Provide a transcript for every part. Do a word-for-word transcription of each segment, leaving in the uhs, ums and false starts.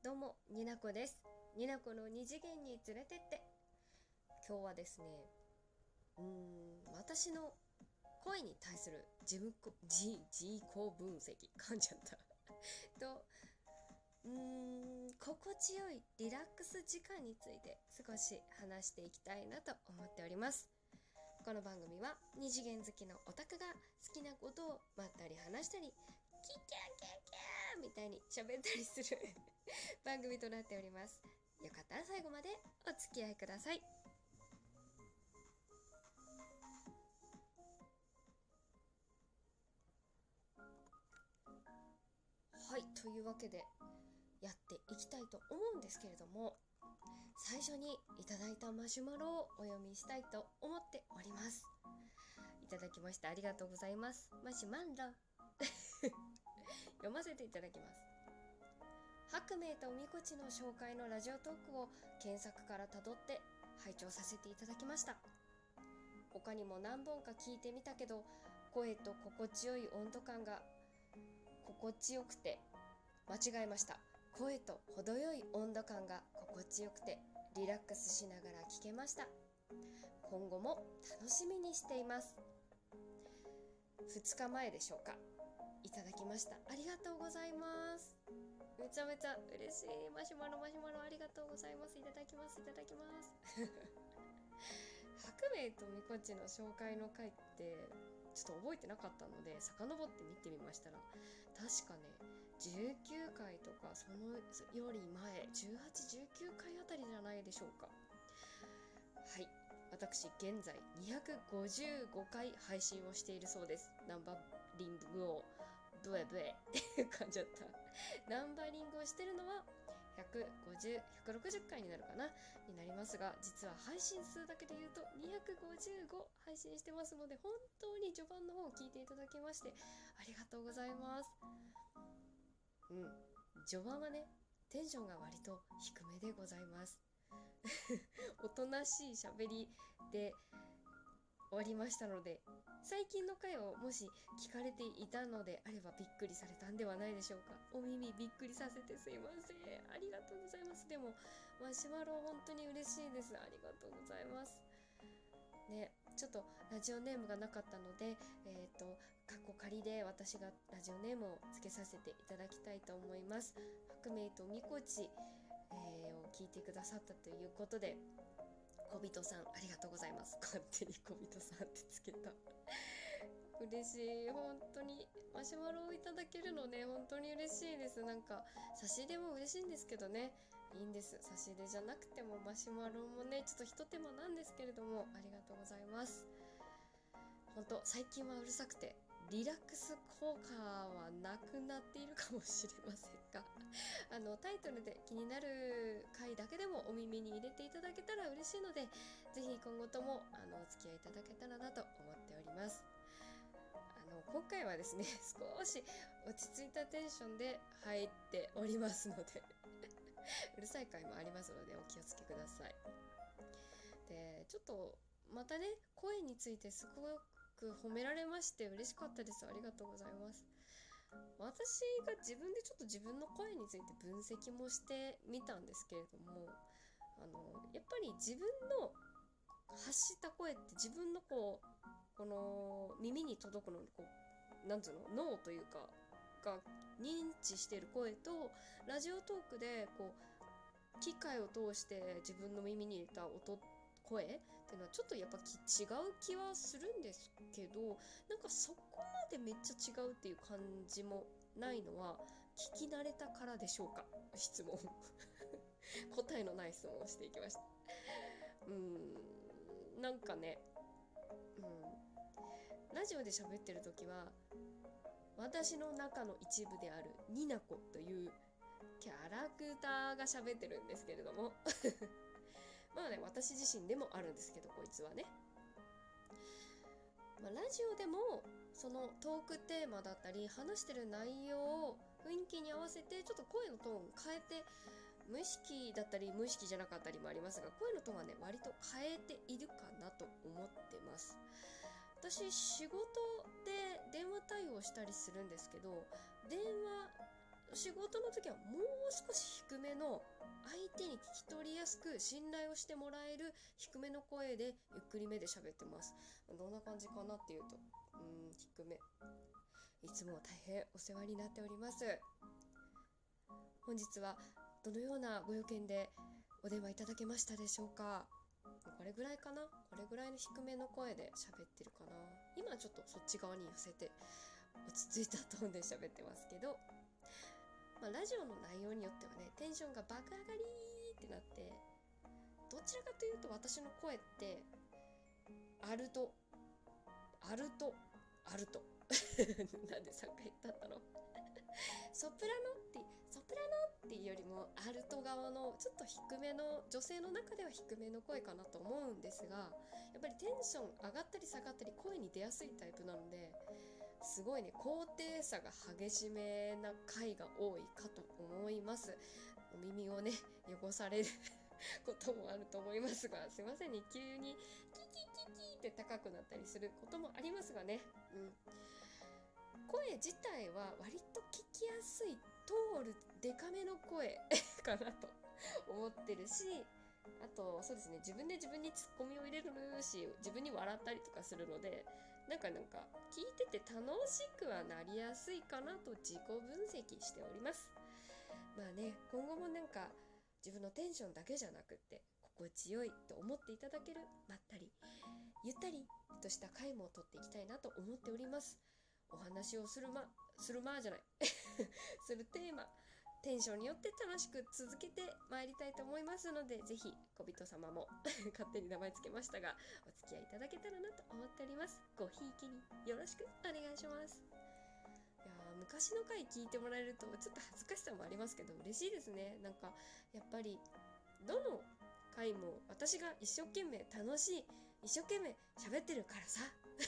どうも、になこです。になこの二次元に連れてって。今日はですね、うーん、私の声に対する自分こ自自己分析、噛んじゃったと、うーん、心地よいリラックス時間について少し話していきたいなと思っております。この番組は二次元好きのオタクが好きなことをまったり話したり、キャーキャーキャーみたいに喋ったりする番組となっております。よかったら最後までお付き合いください。はい、というわけでやっていきたいと思うんですけれども、最初にいただいたマシュマロをお読みしたいと思っております。いただきました、ありがとうございます。マシュマンロ読ませていただきます。白明とみこちの紹介のラジオトークを検索からたどって拝聴させていただきました。他にも何本か聞いてみたけど、声と心地よい温度感が心地よくて間違えました。声と程よい温度感が心地よくてリラックスしながら聞けました。今後も楽しみにしています。ふつかまえでしょうか、いただきました。ありがとうございます。めちゃめちゃ嬉しい。マシュマロマシュマロありがとうございます。いただきますいただきます白明とみこちの紹介の回ってちょっと覚えてなかったので遡って見てみましたら、確かねじゅうきゅうかいとかそのより前じゅうはち、じゅうきゅうかいあたりじゃないでしょうか。はい、私現在にひゃくごじゅうごかい配信をしているそうです。ナンバリングをブエブエっていう感じだったナンバリングをしてるのはひゃくごじゅう、ひゃくろくじゅっかいになるかなになりますが、実は配信数だけで言うとにひゃくごじゅうご配信してますので、本当に序盤の方を聞いていただきましてありがとうございます。うん、序盤はねテンションが割と低めでございますおとなしい喋りで終わりましたので、最近の回をもし聞かれていたのであればびっくりされたんではないでしょうか。お耳びっくりさせてすいません、ありがとうございます。でもマシュマロ本当に嬉しいです。ありがとうございますね。ちょっとラジオネームがなかったので、えっ、ー、と過去仮で私がラジオネームをつけさせていただきたいと思います。白明とみこち、えー、を聞いてくださったということで、小人さんありがとうございます。勝手に小人さんってつけた嬉しい。本当にマシュマロをいただけるのね、本当に嬉しいです。なんか差し入れも嬉しいんですけどね、いいんです、差し入れじゃなくてもマシュマロもねちょっとひと手間なんですけれども、ありがとうございます。本当最近はうるさくてリラックス効果はなくなっているかもしれませんがあのタイトルで気になる回だけでもお耳に入れていただけたら嬉しいので、ぜひ今後ともあのお付き合いいただけたらなと思っております。あの今回はですね少し落ち着いたテンションで入っておりますのでうるさい回もありますのでお気をつけください。でちょっとまたね声についてすごく褒められまして嬉しかったです。ありがとうございます。私が自分でちょっと自分の声について分析もしてみたんですけれども、あのやっぱり自分の発した声って自分のこうこの耳に届くのにこうなんつうの脳というかが認知している声と、ラジオトークでこう機械を通して自分の耳に入れた音声っていうのはちょっとやっぱ違う気はするんですけど、なんかそこまでめっちゃ違うっていう感じもないのは聞き慣れたからでしょうか。質問答えのない質問をしていきました。うーんなんかね、うん、ラジオで喋ってる時は私の中の一部であるニナコというキャラクターが喋ってるんですけれどもまあね私自身でもあるんですけど、こいつはね、まあ、ラジオでもそのトークテーマだったり話してる内容を雰囲気に合わせてちょっと声のトーンを変えて、無意識だったり無意識じゃなかったりもありますが、声のトーンはね割と変えているかなと思ってます。私仕事で電話対応したりするんですけど、電話仕事の時はもう少し低めの、相手に聞き取りやすく信頼をしてもらえる低めの声でゆっくりめで喋ってます。どんな感じかなっていうと、うーん低め。いつも大変お世話になっております。本日はどのようなご用件でお電話いただけましたでしょうか。これぐらいかな、これぐらいの低めの声で喋ってるかな。今はちょっとそっち側に寄せて落ち着いたトーンで喋ってますけど、まあ、ラジオの内容によってはね、テンションが爆上がりってなって、どちらかというと私の声ってアルトアルトアルトなんでさんかい言ったんだろうソプラノってソプラノっていうよりもアルト側のちょっと低めの、女性の中では低めの声かなと思うんですが、やっぱりテンション上がったり下がったり声に出やすいタイプなので、すごいね、高低差が激しめな回が多いかと思います。お耳をね汚されることもあると思いますが、すいませんね、急にキキキキって高くなったりすることもありますがね、うん、声自体は割と聞きやすい、通るデカめの声かなと思ってるし、あとそうですね、自分で自分にツッコミを入れるし、自分に笑ったりとかするので、なんかなんか聞いてて楽しくはなりやすいかなと自己分析しております。まあね、今後もなんか自分のテンションだけじゃなくって心地よいと思っていただける、まったりゆったりとした回も撮っていきたいなと思っております。お話をするまするまじゃないするテーマ、テンションによって楽しく続けてまいりたいと思いますので、ぜひ小人様も勝手に名前つけましたがお付き合いいただけたらなと思っております。ごひいきによろしくお願いします。いや昔の回聞いてもらえるとちょっと恥ずかしさもありますけど嬉しいですね。なんかやっぱりどの回も私が一生懸命楽しい、一生懸命喋ってるからさ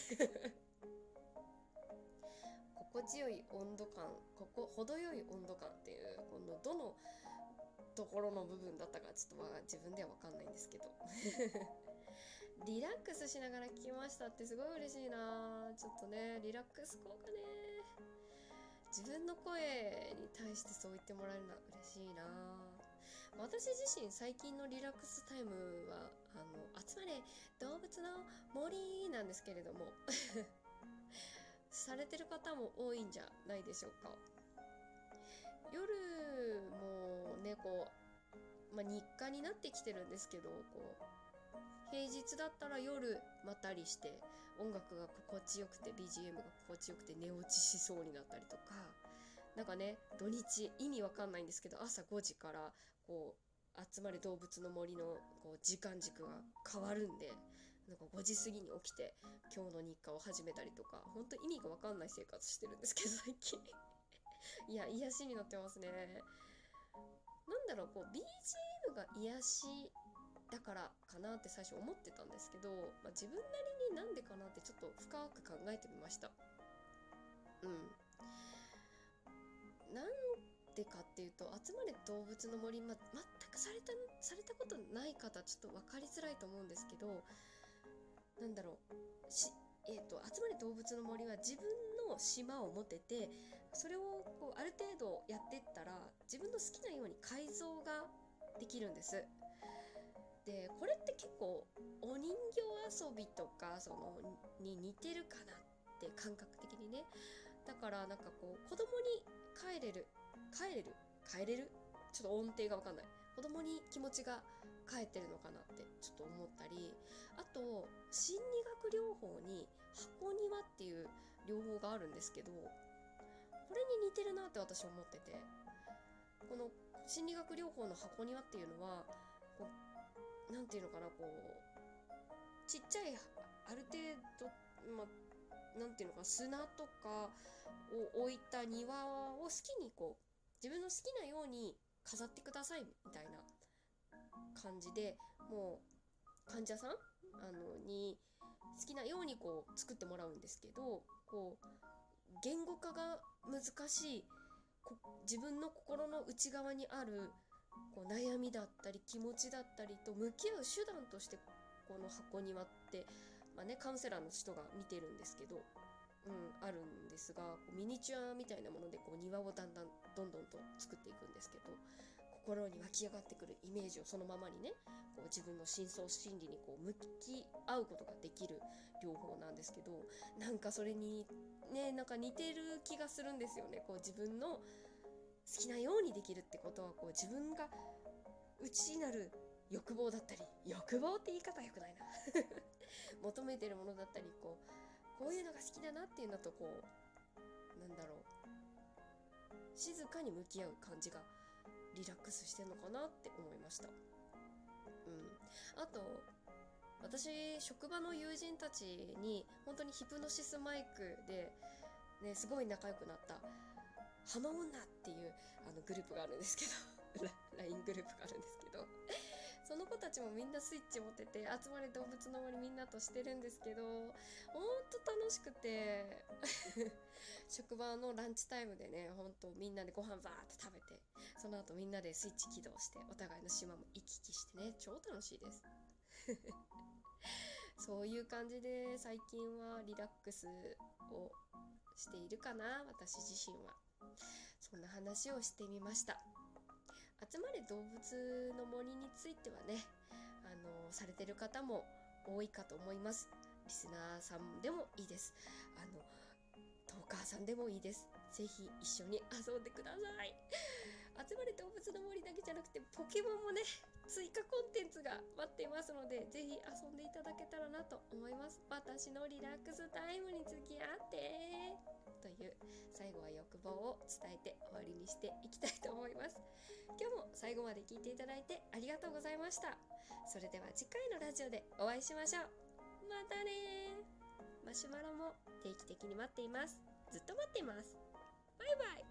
心地よい温度感、ここ程よい温度感っていう、このどのところの部分だったかちょっとまあ自分では分かんないんですけどリラックスしながら聞きましたってすごい嬉しいな。ちょっとね、リラックス効果ね、自分の声に対してそう言ってもらえるのは嬉しいな。私自身最近のリラックスタイムはあの集まれ動物の森なんですけれどもされてる方も多いんじゃないでしょうか。夜もねこう、まあ、日課になってきてるんですけど、こう平日だったら夜まったりして音楽が心地よくて ビージーエム が心地よくて寝落ちしそうになったりとか、なんかね土日意味わかんないんですけど朝ごじからこう集まれ動物の森のこう時間軸が変わるんで、なんかごじ過ぎに起きて今日の日課を始めたりとか、本当意味がわかんない生活してるんですけど最近いや癒しになってますね。なんだろう、こう ビージーエム が癒しだからかなって最初思ってたんですけど、まあ、自分なりになんでかなってちょっと深く考えてみました。うん、なんでかっていうと、集まれ動物の森、ま、全くされたされたことない方ちょっと分かりづらいと思うんですけど、なんだろうし、えーと、集まれ動物の森は自分の島を持てて、それをこうある程度やってったら自分の好きなように改造ができるんです。でこれって結構お人形遊びとかそのに似てるかなって感覚的にね。だからなんかこう子供に帰れる帰れる帰れるちょっと音程が分かんない、子供に気持ちが返ってるのかなってちょっと思ったり、あと心理学療法に箱庭っていう療法があるんですけど、これに似てるなって私は思ってて、この心理学療法の箱庭っていうのはこうなんていうのかな、こうちっちゃいある程度、まあ、なんていうのか砂とかを置いた庭を好きにこう自分の好きなように飾ってくださいみたいな感じで、もう患者さんあのに好きなようにこう作ってもらうんですけど、こう言語化が難しいこ自分の心の内側にあるこう悩みだったり気持ちだったりと向き合う手段としてこの箱庭って、まあね、カウンセラーの人が見てるんですけど、 うん、あるんですが、こうミニチュアみたいなものでこう庭をだんだんどんどんと作っていくんですけど、心に湧き上がってくるイメージをそのままにね、こう自分の深層心理にこう向き合うことができる療法なんですけど、なんかそれにね、なんか似てる気がするんですよね。こう自分の好きなようにできるってことは、こう自分が内なる欲望だったり、欲望って言い方良くないな求めてるものだったり、こうこういうのが好きだなっていうのと、こうなんだろう、静かに向き合う感じがリラックスしてるのかなって思いました。うん、あと私、職場の友人たちに本当にヒプノシスマイクで、ね、すごい仲良くなった浜女っていうあのグループがあるんですけどライン グループがあるんですけど、その子たちもみんなスイッチ持ってて、集まれ動物の森みんなとしてるんですけど、ほんと楽しくて職場のランチタイムでね、ほんとみんなでご飯バーって食べて、その後みんなでスイッチ起動してお互いの島も行き来してね、超楽しいですそういう感じで最近はリラックスをしているかな、私自身は。そんな話をしてみました。集まれ動物の森についてはね、あのされてる方も多いかと思います。リスナーさんでもいいです。あのトーカーさんでもいいです。ぜひ一緒に遊んでください。集まれ動物の森だけじゃなくて、ポケモンもね、追加コンテンツが待っていますので、ぜひ遊んでいただけたらなと思います。私のリラックスタイムに付き合ってという、最後は欲望を伝えて終わりにしていきたいと思います。今日も最後まで聞いていただいてありがとうございました。それでは次回のラジオでお会いしましょう。またね。マシュマロも定期的に待っています。ずっと待っています。バイバイ。